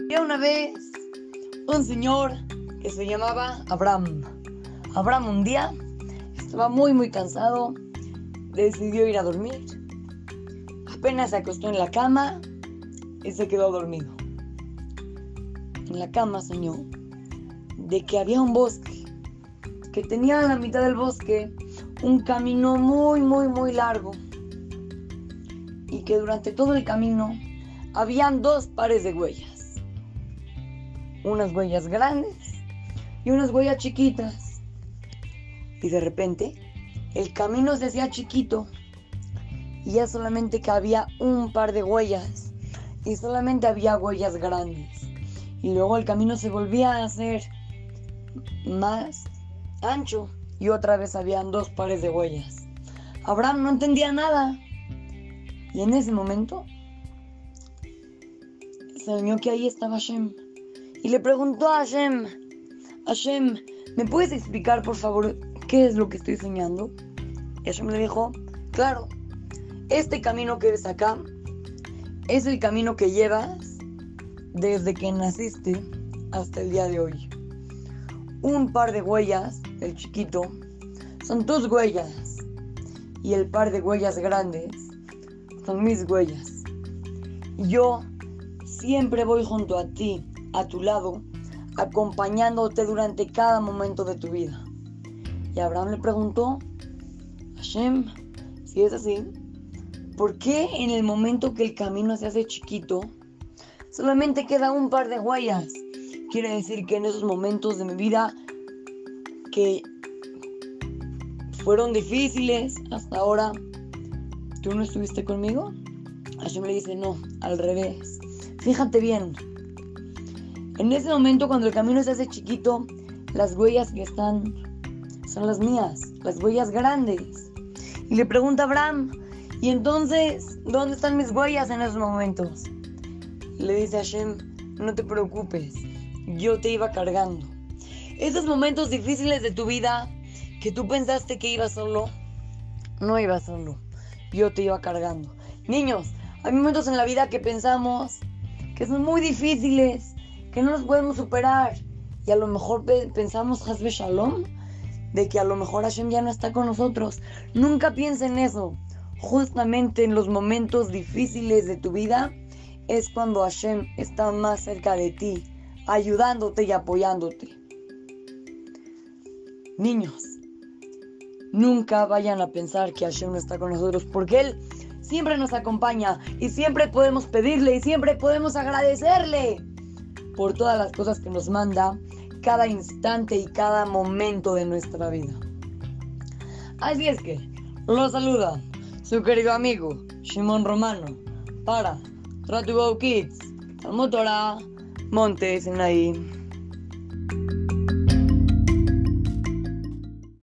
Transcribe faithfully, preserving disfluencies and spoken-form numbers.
Había una vez un señor que se llamaba Abraham. Abraham un día estaba muy muy cansado, decidió ir a dormir. Apenas se acostó en la cama y se quedó dormido. En la cama soñó de que había un bosque, que tenía en la mitad del bosque un camino muy muy muy largo y que durante todo el camino habían dos pares de huellas, unas huellas grandes y unas huellas chiquitas. Y de repente el camino se hacía chiquito y ya solamente cabía un par de huellas y solamente había huellas grandes. Y luego el camino se volvía a hacer más ancho y otra vez habían dos pares de huellas. Abraham no entendía nada y en ese momento soñó que ahí estaba Hashem y le preguntó a Hashem: Hashem, ¿me puedes explicar por favor qué es lo que estoy soñando? Y Hashem le dijo: claro, este camino que ves acá es el camino que llevas desde que naciste hasta el día de hoy. Un par de huellas, el chiquito, son tus huellas y el par de huellas grandes son mis huellas. Yo siempre voy junto a ti, a tu lado, acompañándote durante cada momento de tu vida. Y Abraham le preguntó: Hashem, si es así, ¿por qué en el momento que el camino se hace chiquito solamente queda un par de huellas? Quiere decir que en esos momentos de mi vida que fueron difíciles hasta ahora, ¿tú no estuviste conmigo? Hashem le dice: no, al revés. Fíjate bien. En ese momento cuando el camino se hace chiquito, las huellas que están son las mías, las huellas grandes. Y le pregunta a Abraham: ¿y entonces dónde están mis huellas en esos momentos? Y le dice Hashem: no te preocupes, yo te iba cargando. Esos momentos difíciles de tu vida que tú pensaste que ibas solo, no ibas solo, yo te iba cargando. Niños, hay momentos en la vida que pensamos que son muy difíciles, que no los podemos superar, y a lo mejor pe- pensamos Haz Shalom, de que a lo mejor Hashem ya no está con nosotros. Nunca piensen eso. Justamente en los momentos difíciles de tu vida es cuando Hashem está más cerca de ti, ayudándote y apoyándote. Niños, nunca vayan a pensar que Hashem no está con nosotros, porque Él siempre nos acompaña y siempre podemos pedirle y siempre podemos agradecerle por todas las cosas que nos manda cada instante y cada momento de nuestra vida. Así es que los saluda su querido amigo Shimon Romano para Try to Go Kids, Talmud Torah, Monte Sinaí.